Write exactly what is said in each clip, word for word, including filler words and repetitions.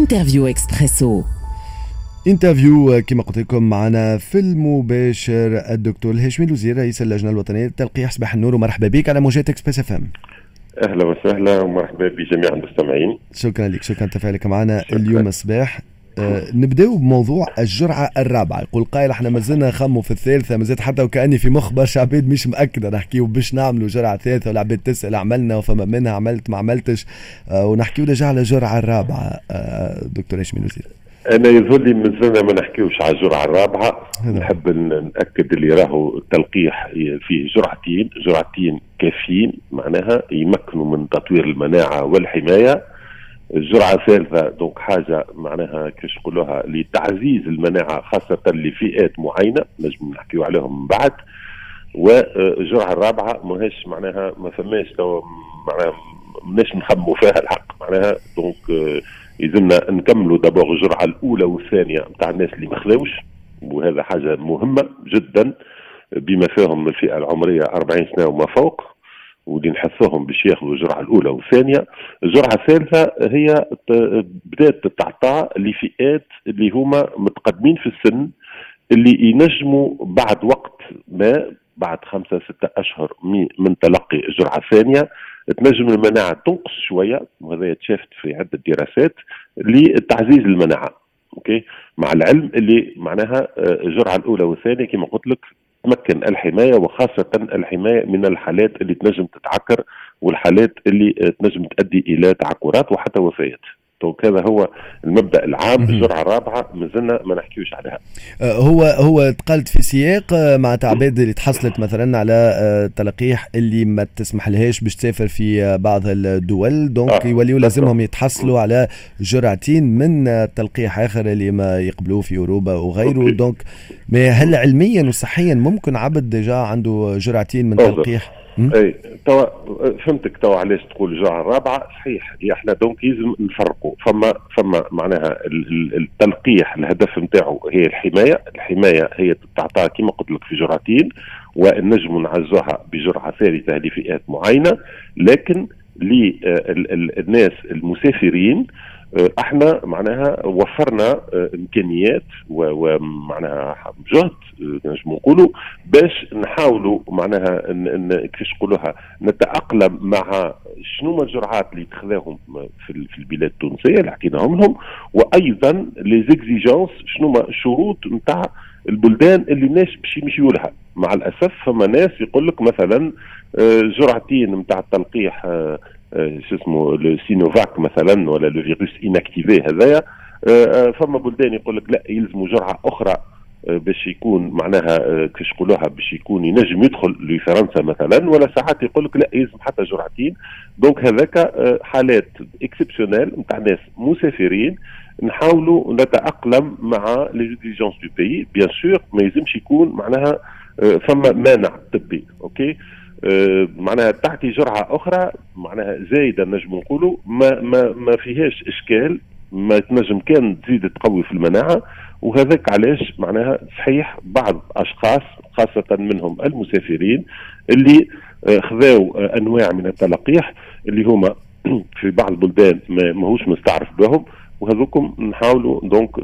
انترفيو اكسبريسو. انترفيو كما قلت لكم معنا في المباشر الدكتور الهاشمي الوزير رئيس اللجنه الوطنيه للتلقيح. صباح النور ومرحبا بك على موجات اكسبريس اف ام. اهلا وسهلا ومرحبا بجميع المستمعين. شكرا لك، شكرا تفاعلك معنا اليوم الصباح. أه نبداو بموضوع الجرعه الرابعه. يقول قائل احنا مازلنا نخمو في الثالثه، مازلت حتى وكاني في مخبر شعبيد مش مأكده نحكيو باش نعملوا جرعه ثالثه، والعباد تسال عملنا وفما منها عملت ما عملتش، أه ونحكيو ديجا على الجرعه الرابعه. أه دكتور هاشمي الوزير، انا يظهر لي مازلنا ما نحكيوش على الجرعه الرابعه. نحب ناكد اللي راهو التلقيح فيه جرعتين جرعتين كافيين، معناها يمكنوا من تطوير المناعه والحمايه. الجرعه الثالثه دونك حاجه معناها كيش نقولوها لتعزيز المناعه خاصه لفئات معينه نجم نحكيو عليهم من بعد. والجرعه الرابعه ماهيش معناها ما فماش تو معناها ماناش نخموا فيها الحق، معناها دونك يلزمنا نكملوا دابور الجرعه الاولى والثانيه نتاع الناس اللي ما خذاوش، وهذا حاجه مهمه جدا بما فيهم الفئه العمريه أربعين سنه وما فوق، واللي نحثهم باش ياخذوا الجرعه الاولى والثانيه. الجرعه الثالثه هي بدات تتعطى لفئات اللي هما متقدمين في السن، اللي ينجموا بعد وقت ما بعد خمسة ستة أشهر من تلقي الجرعة الثانية تنجم المناعة تنقص شوية، وهذا يتشافت في عدة دراسات لتعزيز المناعة. أوكي، مع العلم اللي معناها الجرعة الأولى والثانية كما قلت لك تمكن الحماية، وخاصة الحماية من الحالات اللي تنجم تتعكر والحالات اللي تنجم تؤدي إلى تعكرات وحتى وفيات. دونك هذا هو المبدا العام. الجرعه الرابعه مازلنا ما نحكيوش عليها. هو هو تقلت في سياق مع تعباد اللي تحصلت مثلا على تلقيح اللي ما تسمح لهاش باش تسافر في بعض الدول، دونك آه. يوليوا لازمهم يتحصلوا على جرعتين من تلقيح اخر اللي ما يقبلوه في اوروبا وغيره. دونك ما هل علميا وصحيا ممكن عبد ديجا عنده جرعتين من أوزر. تلقيح؟ اي توا فهمتك. توا علاش تقول الجرعه الرابعه صحيح؟ احنا دونك لازم نفرقوا. فما فما معناها التلقيح الهدف نتاعو هي الحمايه. الحمايه هي تعطى كما قلت لك في جرعتين، ونجم نعزوها بجرعه ثالثه لفئات معينه. لكن للناس المسافرين احنا معناها وفرنا امكانيات ومعناها جهد نجم نقولوا باش نحاولوا معناها كيفاش نقولوها نتاقلم مع شنو الجرعات اللي تخذاهم في البلاد التونسيه اللي حكيناهم لهم، وايضا لي زيكزيجونس شنو الشروط نتاع البلدان اللي الناس باش يمشيوا لها. مع الاسف فما ناس يقول لك مثلا جرعتين نتاع التلقيح شو اسمه السينوفاك مثلا ولا لو فيروس اناكتيفي هذايا، فما بلدان يقول لك لا يلزموا جرعه اخرى باش يكون معناها كيفاش يقولوها باش يكون ينجم يدخل لفرنسا مثلا، ولا ساعات يقول لك لا يلزم حتى جرعتين. دونك هذاك حالات اكسبسيونيل نتاع ناس مسافرين نحاولوا نتاقلم مع لي زيكزيجونس دو بيي. بيان سور ما يلزمش يكون معناها فما مانع طبي. اوكي، أه معناها تعطي جرعه اخرى معناها زايده نجم نقولوا ما ما ما فيهاش اشكال، ما تنجم كان تزيد تقوي في المناعه. وهذاك علاش معناها صحيح بعض اشخاص خاصه منهم المسافرين اللي خذاو انواع من التلقيح اللي هما في بعض البلدان ماهوش مستعرف بهم، وهذوكم نحاولوا دونك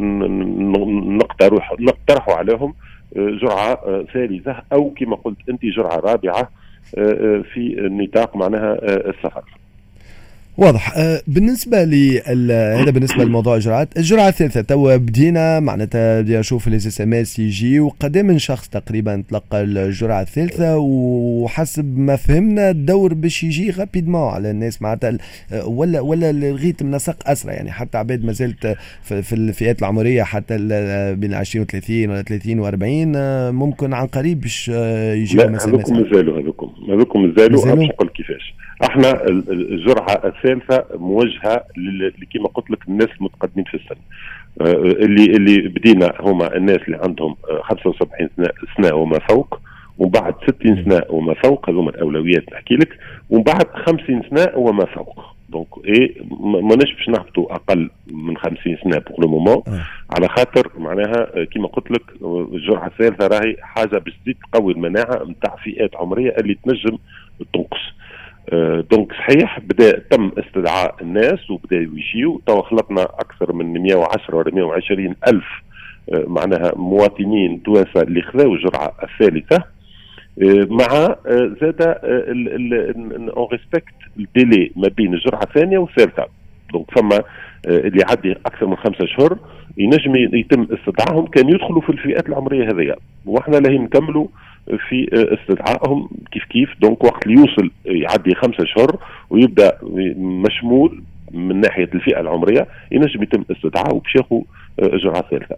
نقترح نقترحوا عليهم جرعه ثالثه او كما قلت انت جرعه رابعه في النطاق معناها السفر. واضح. بالنسبه ل هذا بالنسبه لموضوع الجرعات. الجرعه الثالثه تو بدينا معناتها بدينا نشوف لي اس ام اس يجي، وقدام من شخص تقريبا تلقى الجرعه الثالثه، وحسب ما فهمنا الدور باش يجي غابيدمون على الناس معناتها، ولا ولا لغايه منسق اسرع، يعني حتى عباد ما زالت في الفئات العمريه حتى بين عشرين وثلاثين ولا ثلاثين وأربعين ممكن عن قريب باش يجيو لا هذوكم مازالوا هذوكم هذوكم مازالوا. باش نقول كيفاش احنا الجرعه الثالثه موجهه اللي كما قلت لك الناس المتقدمين في السن، اللي اللي بدينا هما الناس اللي عندهم خمسة وسبعين سنه وما فوق، ومن بعد ستين سنه وما فوق، هذوما الاولويات نحكي لك، ومن بعد خمسين سنه وما فوق. دونك ايه ما باش نهبطوا اقل من خمسين سنه بوغ لو مومون، على خاطر معناها كما قلت لك الجرعه الثالثه راهي حاجه باش تزيد تقوي المناعه نتاع فئات عمريه اللي تنجم تنقص. دونك صحيح بدا تم استدعاء الناس وبداوا يجيو. توا خلطنا اكثر من مئة وعشرة ولا مئة وعشرين الف معناها مواطنين توانسه اللي خذاو الجرعه الثالثه، مع زاد اون ريسبكت الديلي ما بين الجرعه الثانيه والثالثه. دونك فما اللي يعدي اكثر من خمسة اشهر ينجم يتم استدعائهم كان يدخلوا في الفئات العمريه هذيا، واحنا لاهين نكملوا في استدعائهم كيف كيف. دونك وقت اللي يوصل يعدي خمسة اشهر ويبدا مشمول من ناحيه الفئه العمريه ينجم يتم استدعائه باش ياخذ الجرعه الثالثه.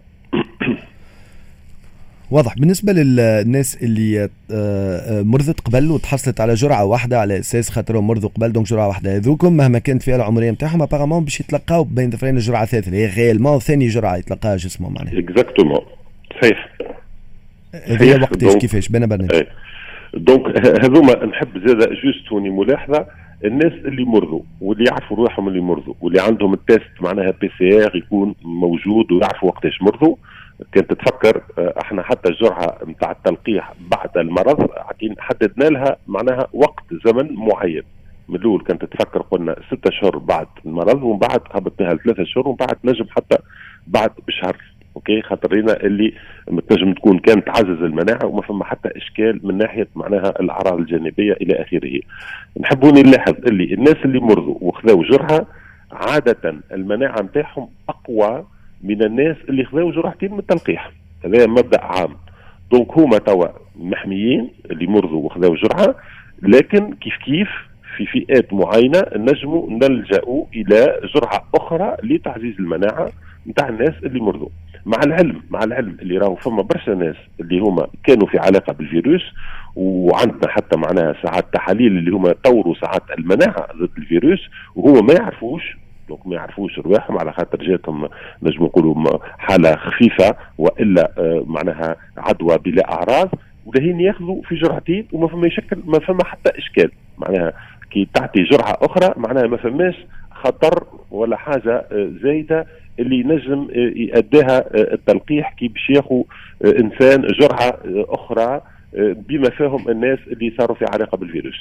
واضح. بالنسبه للناس اللي مرضت قبل وتحصلت على جرعه واحده على اساس خاطرهم مرضوا قبل دونك جرعه واحده، هذوكم مهما كانت الفئه العمريه نتاعهم ابارامون باش يتلقاو بين ظفرين الجرعه الثالثه اللي هي غيالمون ثاني جرعه يتلقاها جسمهم معناها. اكزاكتومون صحيح. هذه وقتاش كيفاش بين برنامج؟ دونك هذوما نحب زاد جوست هوني ملاحظه، الناس اللي مرضوا واللي يعرفوا روحهم اللي مرضوا واللي عندهم التيست معناها بي سي ار يكون موجود ويعرفوا وقتاش مرضوا. كانت تتفكر احنا حتى الجرعه نتاع التلقيح بعد المرض حددنا لها معناها وقت زمن معين. من الاول كانت تتفكر قلنا ستة اشهر بعد المرض، ومن بعد هبطناها لثلاثة اشهر، ومن بعد نجم حتى بعد بشهر. اوكي خاطرينا اللي تنجم تكون كانت تعزز المناعه وما فما حتى اشكال من ناحيه معناها الاعراض الجانبيه الى اخره. نحبوني نلاحظ اللي الناس اللي مرضوا وخذوا جرعه عاده المناعه نتاعهم اقوى من الناس اللي خذوا جرعتين من التلقيح. هذا مبدا عام. دونك هما توا محميين اللي مرضوا وخذوا جرعه، لكن كيف كيف في فئات معينه نجموا نلجأوا الى جرعه اخرى لتعزيز المناعه نتاع الناس اللي مرضوا. مع العلم مع العلم اللي راهو فما برشا ناس اللي هما كانوا في علاقه بالفيروس، وعندنا حتى معناها ساعات تحاليل اللي هما طوروا ساعات المناعه ضد الفيروس وهما ما يعرفوش. دونك ما يعرفوش رواحهم على خاطر جاتهم نجم نقولوا حاله خفيفه والا معناها عدوى بلا اعراض، ولهين ياخذوا في جرعتين وما فما يشكل ما فما حتى اشكال. معناها كي تعطي جرعه اخرى معناها ما فماش خطر ولا حاجه زايده اللي نجم يأديها التلقيح كي باش ياخذ انسان جرعه اخرى بما فيهم الناس اللي صاروا في علاقه بالفيروس.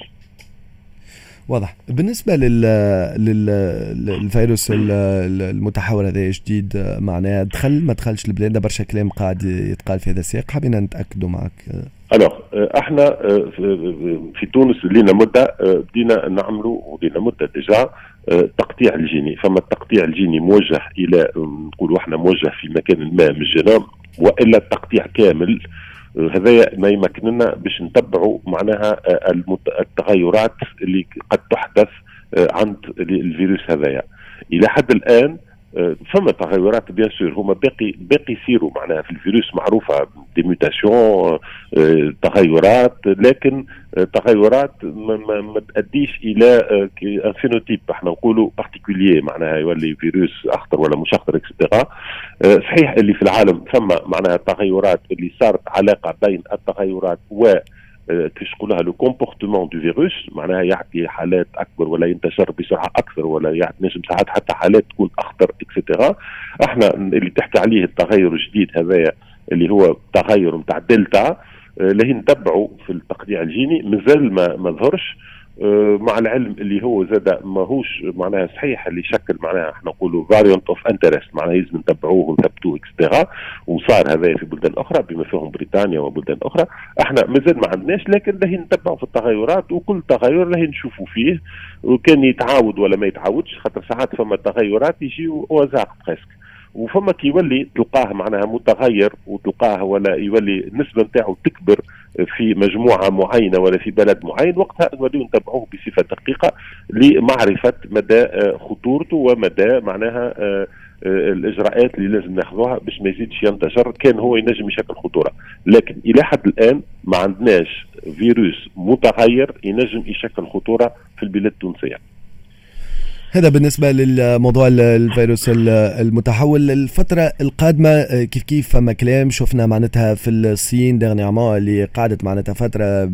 واضح. بالنسبة لل... لل... للفيروس المتحور هذا جديد معناه دخل ما دخلش البلاد، برشا كلام قاعد يتقال في هذا السياق، حابين نتأكدوا معك. الوغ احنا في تونس لينا مدة بدينا نعملوا ولينا مدة ديجا التقطيع الجيني. فما التقطيع الجيني موجه الى نقولوا احنا موجه في مكان ما من الجينوم، والا التقطيع كامل هذا ما يمكننا باش نتبعوا معناها التغيرات اللي قد تحدث عند الفيروس هذايا. الى حد الان فما تغيرات بيان سور هما باقي باقي يصيروا معناها في الفيروس معروفه دي ميوتاسيون تغيرات، لكن تغيرات ما, ما, ما تاديش الى فينوتيب احنا نقولوا بارتيكولير معناها يولي فيروس اخطر ولا مش اخطر اكسترا. صحيح اللي في العالم فما معناها تغيرات اللي صارت علاقه بين التغيرات و كيش نقولها لو كومبورتمون دو فيروس، معناها يعطي حالات اكبر ولا ينتشر بسرعه اكثر ولا يعطي نجم ساعات حتى حالات تكون اخطر اكسترا. احنا اللي تحكي عليه التغير الجديد هذايا اللي هو تغير نتاع دلتا اللي نتبعه في التقطيع الجيني مازال ما ما ظهرش. مع العلم اللي هو زاد ماهوش معناها صحيح اللي شكل معناها احنا نقولوا فاريانت اوف انترست، معناها لازم نتبعوه ونثبتوه اكسترا، وصار هذا في بلدان اخرى بما فيهم بريطانيا وبلدان اخرى. احنا مازال ما عندناش، لكن راهي نتبعوا في التغيرات وكل تغير راهي نشوفوا فيه وكان يتعاود ولا ما يتعاودش، خاطر ساعات فما تغيرات يجيو وزاق بريسك، وفما كي يولي تلقاه معناها متغير وتلقاه ولا يولي النسبه نتاعو تكبر في مجموعه معينه ولا في بلد معين، وقتها نوليو نتبعوه بصفه دقيقه لمعرفه مدى خطورته ومدى معناها الاجراءات اللي لازم ناخذوها باش ما يزيدش ينتشر كان هو ينجم يشكل خطوره. لكن الى حد الان ما عندناش فيروس متغير ينجم يشكل خطوره في البلاد التونسيه. هذا بالنسبة للموضوع الفيروس المتحول. الفترة القادمة كيف كيف فما كلام شفنا معناتها في الصين دغنيامون اللي قعدت معناتها فترة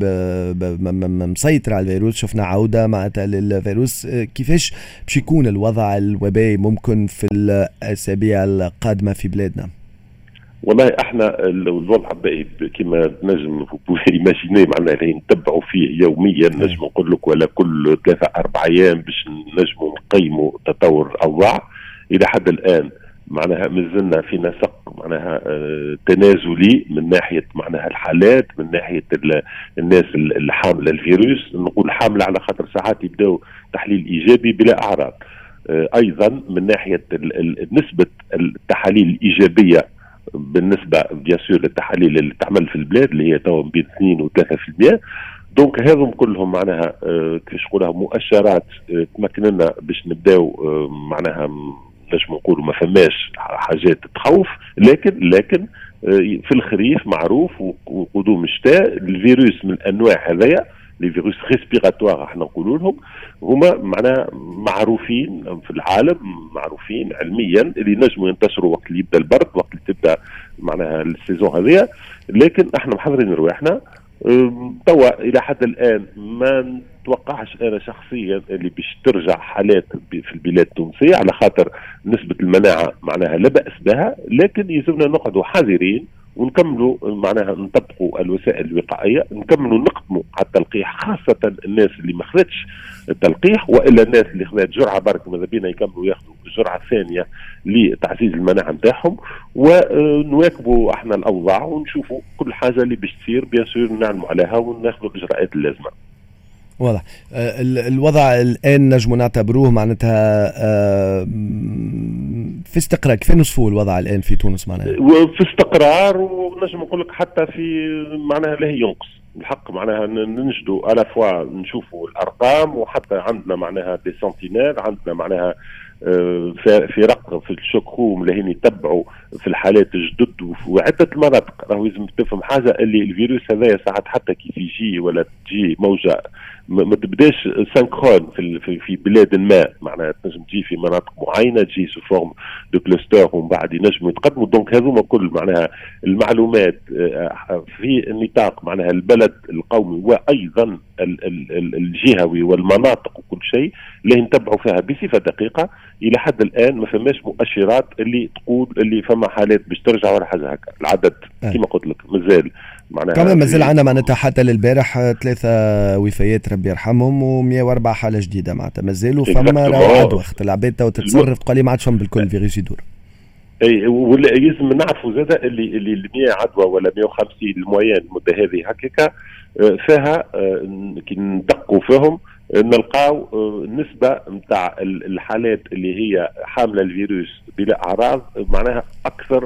مسيطرة على الفيروس، شفنا عودة معناتها للفيروس. كيفاش باش يكون الوضع الوبائي ممكن في الأسابيع القادمة في بلادنا؟ والله احنا الوضع باقي كما نجم ايماجيني معناها اللي نتبعوا فيه يوميا، نجم نقول لك ولا كل ثلاثة أربع أيام باش نجموا نقيموا تطور الأوضاع. إلى حد الآن معناها مازلنا في نسق معناها آه تنازلي من ناحية معناها الحالات، من ناحية الناس الحاملة الفيروس. نقول حاملة على خاطر ساعات يبداو تحليل إيجابي بلا أعراض. آه أيضا من ناحية نسبة التحاليل الإيجابية بالنسبه بيان سور للتحاليل اللي تعمل في البلاد اللي هي تو بين اثنين وثلاثة في المئة. دونك هذم كلهم معناها آه كيفاش نقولها مؤشرات آه تمكننا باش نبداو آه معناها نجم نقولوا ما فماش حاجات تخوف، لكن لكن آه في الخريف معروف وقدوم الشتاء الفيروس من الانواع هذايا لي فيروس ريسبيراتوار احنا نقولوا لهم هما معناها معروفين في العالم، معروفين علميا اللي نجموا ينتشروا وقت اللي يبدا البرد، وقت اللي تبدا معناها السيزون هذيا. لكن احنا محضرين رواحنا توا الى حد الان ما نتوقعش انا شخصيا اللي باش ترجع حالات في البلاد التونسيه، على خاطر نسبه المناعه معناها لا باس بها، لكن يلزمنا نقعدوا حذرين ونكملوا معناها نطبقوا الوسائل الوقائيه، نكملوا نقدموا على التلقيح، خاصه الناس اللي ما خذتش التلقيح، والا الناس اللي خذت جرعه برك ماذا بينا يكملوا ياخذوا الجرعه الثانيه لتعزيز المناعه نتاعهم. ونواكبوا احنا الاوضاع ونشوفوا كل حاجه اللي باش تصير بيان سور نعلموا عليها وناخذوا الاجراءات اللازمه. واضح. آه الوضع الان نجم نعتبروه معناتها آه في استقرار، كيف نوصفوه الوضع الان في تونس معناها؟ في استقرار، ونجم نقول لك حتى في معناها لا ينقص الحق معناها ننجدوا على فوا نشوفوا الارقام، وحتى عندنا معناها دي سنتينال، عندنا معناها فرق في الشكوم اللي هن يتبعوا في الحالات الجدد وعدة المناطق. راهو لازم تفهم حاجه اللي الفيروس هذايا ساعات حتى كيف يجي ولا تجي موجه ما تبداش سانكرون في في بلاد ما، معناها تنجم تجي في مناطق معينه تجي سو فورم دو كلاستر ومن بعد ينجموا يتقدموا. دونك هذوما كل معناها المعلومات في نطاق معناها البلد القومي وايضا الجهوي والمناطق وكل شيء اللي نتبعوا فيها بصفه دقيقه. الى حد الان ما فماش مؤشرات اللي تقول اللي فما حالات باش ترجع ولا حاجه هكا. العدد كما قلت لك مازال معناها كمان مازال عندنا معناتها حتى للبارح ثلاثه وفيات ربي يرحمهم ومئة وأربعة حاله جديده معناتها مازالوا فما عاد وقت العباد تو تتصرف تقول لي ما عادش فما بالكل فيروس يدور. اي ولا لازم نعرفوا زاده اللي اللي مئة عدوى ولا مئة وخمسين المويان المده هذه هكاك فيها كي ندقوا فيهم نلقاو نسبه نتاع الحالات اللي هي حامله الفيروس بلا اعراض معناها اكثر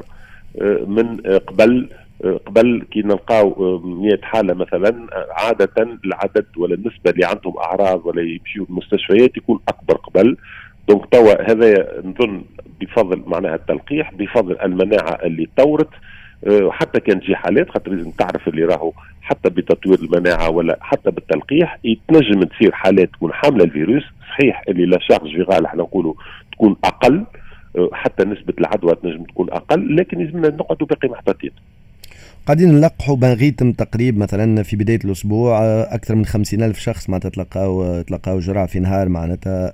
من قبل. قبل كي نلقاو مئة حاله مثلا عاده العدد ولا النسبه اللي عندهم اعراض ولا يمشيوا المستشفيات يكون اكبر قبل. دونك توا هذا نظن بفضل معناها التلقيح، بفضل المناعه اللي طورت. حتى كان تجي حالات خاطر لازم تعرف اللي راهو حتى بتطوير المناعه ولا حتى بالتلقيح يتنجم تصير حالات تكون حامله الفيروس صحيح اللي لا شارج فيرال احنا نقولوا تكون اقل، حتى نسبه العدوى تنجم تكون اقل، لكن لازمنا نقعدوا باقي محتاطين. قاعدين نلقحوا بنغيتم تقريب مثلا في بدايه الاسبوع اكثر من خمسين الف شخص معناتها تلقاو تلقاو جرعه في نهار معناتها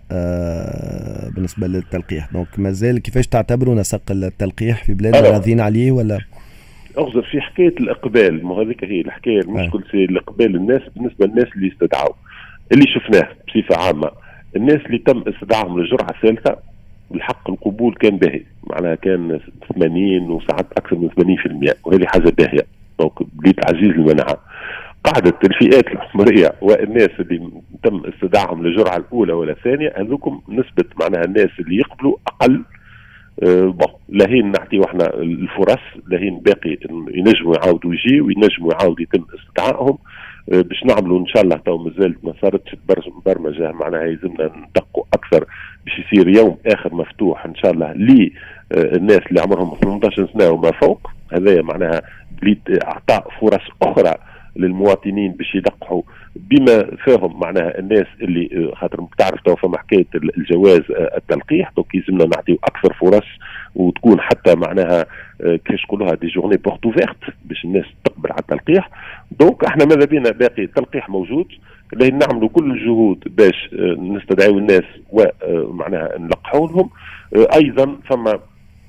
آه بالنسبه للتلقيح. دونك مازال كيفاش تعتبروا نسق التلقيح في بلادنا راضيين عليه ولا؟ اغزر في حكايه الاقبال، ما هذيك هي الحكايه المشكل في الاقبال الناس بالنسبه للناس اللي استدعوا اللي شفناه بصفه عامه. الناس اللي تم استدعائهم للجرعه الثالثه الحق القبول كان باهي معناها كان ثمانين وساعات اكثر من ثمانين بالمئة وهذه حاجه باهيه. دونك لتعزيز المناعه قاعده الفئات العمريه والناس اللي تم استدعائهم للجرعه الاولى ولا الثانيه هذوكم نسبه معناها الناس اللي يقبلوا اقل. أه لهين نعطيو احنا الفرص لهين باقي ينجموا يعاودوا يجي وينجموا يعاودوا يتم استدعائهم أه باش نعملوا ان شاء الله. تو مازالت ما صارتش برمجه معناها يلزمنا ندقوا اكثر باش يصير يوم اخر مفتوح ان شاء الله للناس اللي عمرهم ثمانية عشر سنه وما فوق. هذا معناها اعطاء فرص اخرى للمواطنين باش يلقحوا بما فيهم معناها الناس اللي خاطر تعرف تو فما حكايه الجواز التلقيح. دونك يلزمنا نعطيو اكثر فرص وتكون حتى معناها كيفاش نقولوها دي جورني بورت اوفيرت باش الناس تقبل على التلقيح. دونك احنا ماذا بينا باقي التلقيح موجود اللي نعملوا كل الجهود باش نستدعيو الناس ومعناها نلقحوا لهم. ايضا فما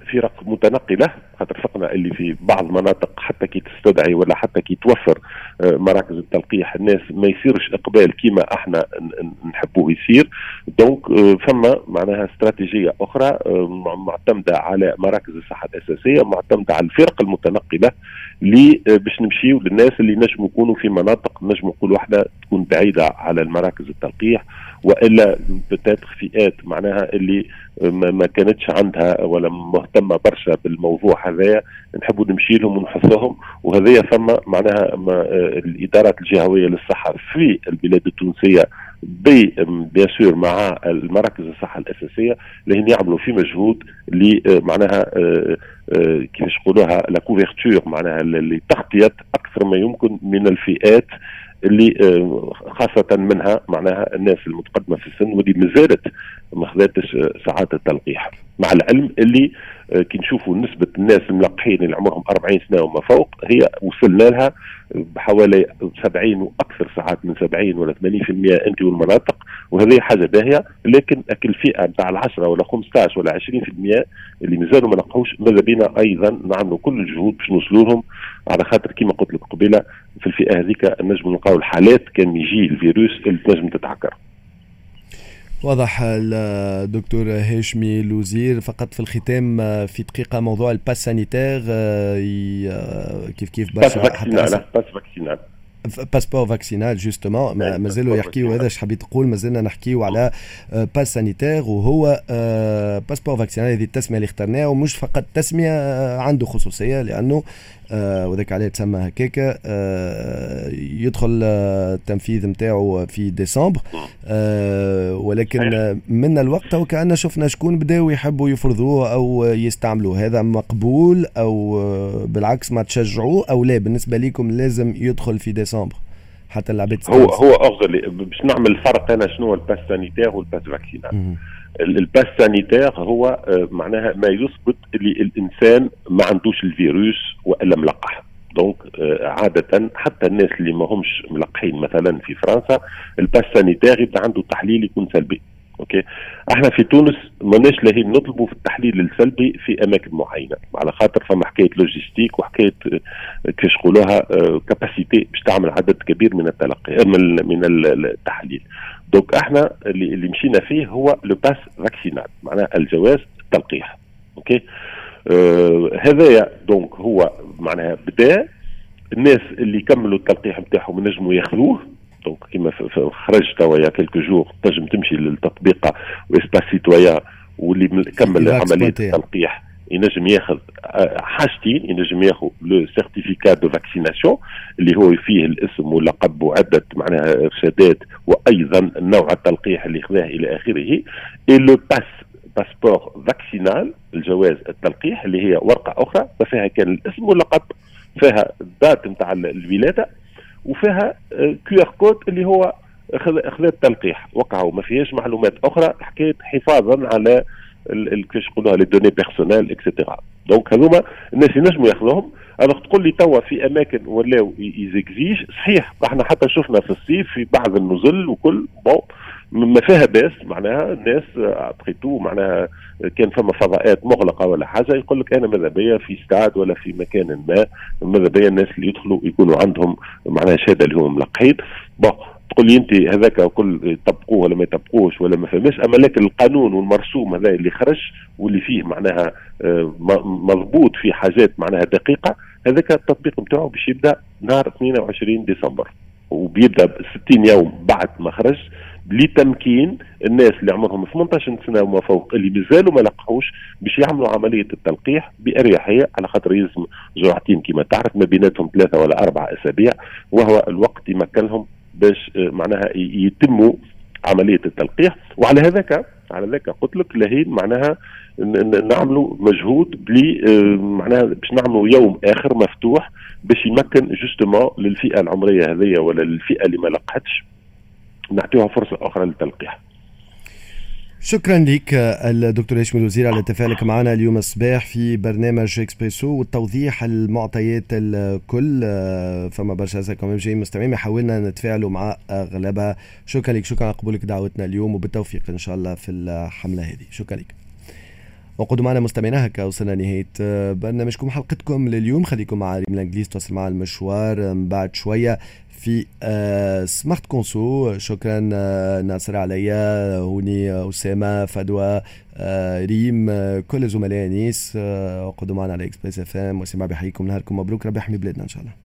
فرق متنقله، خاطر فقنا اللي في بعض المناطق حتى كي تستدعي ولا حتى كي توفر مراكز التلقيح الناس ما يصيرش اقبال كيما احنا نحبوه يصير. دونك فما معناها استراتيجيه اخرى معتمده على مراكز الصحه الاساسيه، معتمده على الفرق المتنقله اللي باش نمشيو للناس اللي نجموا يكونوا في مناطق نجموا نقولوا واحده تكون بعيده على المراكز التلقيح، والا بتاتر فئات معناها اللي ما كانتش عندها ولا مهتمه برشا بالموضوع هذايا، نحبوا نمشي لهم ونحثهم. وهذايا ثم معناها الادارات الجهويه للصحه في البلاد التونسيه بيان سور مع المراكز الصحه الاساسيه اللي يعملوا في مجهود اللي معناها كيفاش نقولوها لا كوفرتور، معناها لتغطيه اكثر ما يمكن من الفئات اللي خاصة منها معناها الناس المتقدمة في السن واللي مازالت ما خذاتش ساعات التلقيح، مع العلم اللي كي نشوفوا نسبة الناس الملقحين اللي عمرهم أربعين سنة وما فوق هي وصلنا لها بحوالي سبعين وأكثر ساعات من سبعين ولا ثمانين بالمئة أنت والمناطق، وهذه حاجة باهية. لكن أكل فئة نتاع العشرة ولا خمسطاش ولا عشرين بالمئة اللي مازالوا ما لقحوش، ماذا بينا أيضا نعملوا كل الجهود باش نوصلوا لهم، على خاطر كما قلت لك قبيلة في الفئة هذيك نجم نلقاو الحالات كان يجي الفيروس اللي تنجم تتعكر. واضح الدكتور هاشمي لوزير. فقط في الختام في دقيقة موضوع الباس سانيتير، كيف كيف باس فاكسينال باس فاكسينال باسبور فاكسينال جوستومون مازالوا يحكيوا هذا اش حبيت تقول، مازلنا نحكيوا على باس سانيتير وهو باسبور فاكسينال. هذه التسميه اللي اخترناها ومش فقط تسميه، عنده خصوصيه لانه آه وذاك عليه تسمى هكاك. آه يدخل التنفيذ نتاعو في ديسمبر، آه ولكن من الوقت وكأن شفنا شكون بداوا يحبوا يفرضوه او يستعملوه. هذا مقبول او بالعكس ما تشجعوه او لا؟ بالنسبه لكم لازم يدخل في ديسمبر حتى اللعبات؟ هو هو افضل باش نعمل فرق. انا شنو الباس سانيتير والباس فاكسينال؟ الباس سانيتير هو معناها ما يثبت اللي الانسان ما عندوش الفيروس والا ملقح. دونك عاده حتى الناس اللي ما همش ملقحين مثلا في فرنسا الباس سانيتير يبدا عنده تحليل يكون سلبي. اوكي، احنا في تونس ماناش لاهين نطلبوا في التحليل السلبي في اماكن معينه، على خاطر فما حكايه لوجيستيك وحكايه كيفاش نقولوها كاباسيتي باش تعمل عدد كبير من التلقي من من التحاليل. دونك احنا اللي, اللي مشينا فيه هو لو باس فاكسينال، معناها الجواز التلقيح. اوكي، آه هذايا دونك هو معناها بدا الناس اللي كملوا التلقيح نتاعهم نجموا ياخذوه. دونك كيما خرج توا يا كلكو جور تنجم تمشي للتطبيق واسباس سيتويا واللي كمل عمليه التلقيح ينجم ياخذ حاجتين، ينجم ياخذ لو سيرتيفيكا دو فاكسيناسيون اللي هو فيه الاسم واللقب وعده معناها ارشادات وايضا نوع التلقيح اللي خذاه الى اخره. اي لو باس باسبور فاكسينال الجواز التلقيح اللي هي ورقه اخرى فيها كان الاسم واللقب، فيها الدات نتاع الولاده وفيها كيو ار كود اللي هو اخذ التلقيح وقعوا، ما فيهاش معلومات اخرى حكايه حفاظا على كيفاش نقولوها لي دوني بيرسونيل اكسيتيرا. دونك هذوما الناس ينجموا ياخذوهم. انا تقول لي توا في اماكن ولاو يزيكزيج صحيح، احنا حتى شفنا في الصيف في بعض النزل وكل بون ما فيها باس، معناها الناس ابخيتو معناها كان فما فضاءات مغلقه ولا حاجه يقول لك انا ماذا بيا في استاد ولا في مكان ما، ماذا بيا الناس اللي يدخلوا يكونوا عندهم معناها شهاده اللي هم ملقحين. بون تقول لي انت هذاك كل يطبقوه ولا ما يطبقوش ولا ما فهمش، اما لكن القانون والمرسوم هذا اللي خرج واللي فيه معناها مضبوط في حاجات معناها دقيقه، هذاك التطبيق نتاعو باش يبدا نهار اثنين وعشرين ديسمبر وبيبدا ستين يوم بعد ما خرج لتمكين الناس اللي عمرهم ثمانية عشر سنه وما فوق اللي مازالوا ما لقحوش باش يعملوا عمليه التلقيح باريحيه، على خاطر يلزم جرعتين كما تعرف ما بيناتهم ثلاثه ولا اربع اسابيع، وهو الوقت يمكن لهم باش معناها يتموا عمليه التلقيح. وعلى هذاك على ذاك قلت لك لهين معناها نعملوا مجهود بلي معناها باش نعملوا يوم اخر مفتوح باش يمكن جوستومون للفئه العمريه هذيا ولا للفئه اللي ما لقحتش نعطيها فرصه اخرى للتلقيح. شكرا لك الدكتور هاشمي الوزير على تفاعلك معنا اليوم الصباح في برنامج اكسبريسو والتوضيح المعطيات الكل. فما برشا هسه كمان جايين مستمعين حاولنا نتفاعلوا مع اغلبها. شكرا لك، شكرا على قبولك دعوتنا اليوم وبالتوفيق ان شاء الله في الحمله هذه. شكرا لك. وقعدوا معنا مستمعينا، هكا وصلنا نهاية برنامجكم حلقتكم لليوم. خليكم مع ريم الانجليز توصل مع المشوار من بعد شوية في آه سمارت كونسو. شكرا آه ناصر عليا، هوني آه أسامة، فدوى، آه ريم، آه كل زملاء نيس. آه وقعدوا معنا على اكسبريس اف ام. وسمع بحييكم، نهاركم مبروك، ربي يحمي بلادنا ان شاء الله.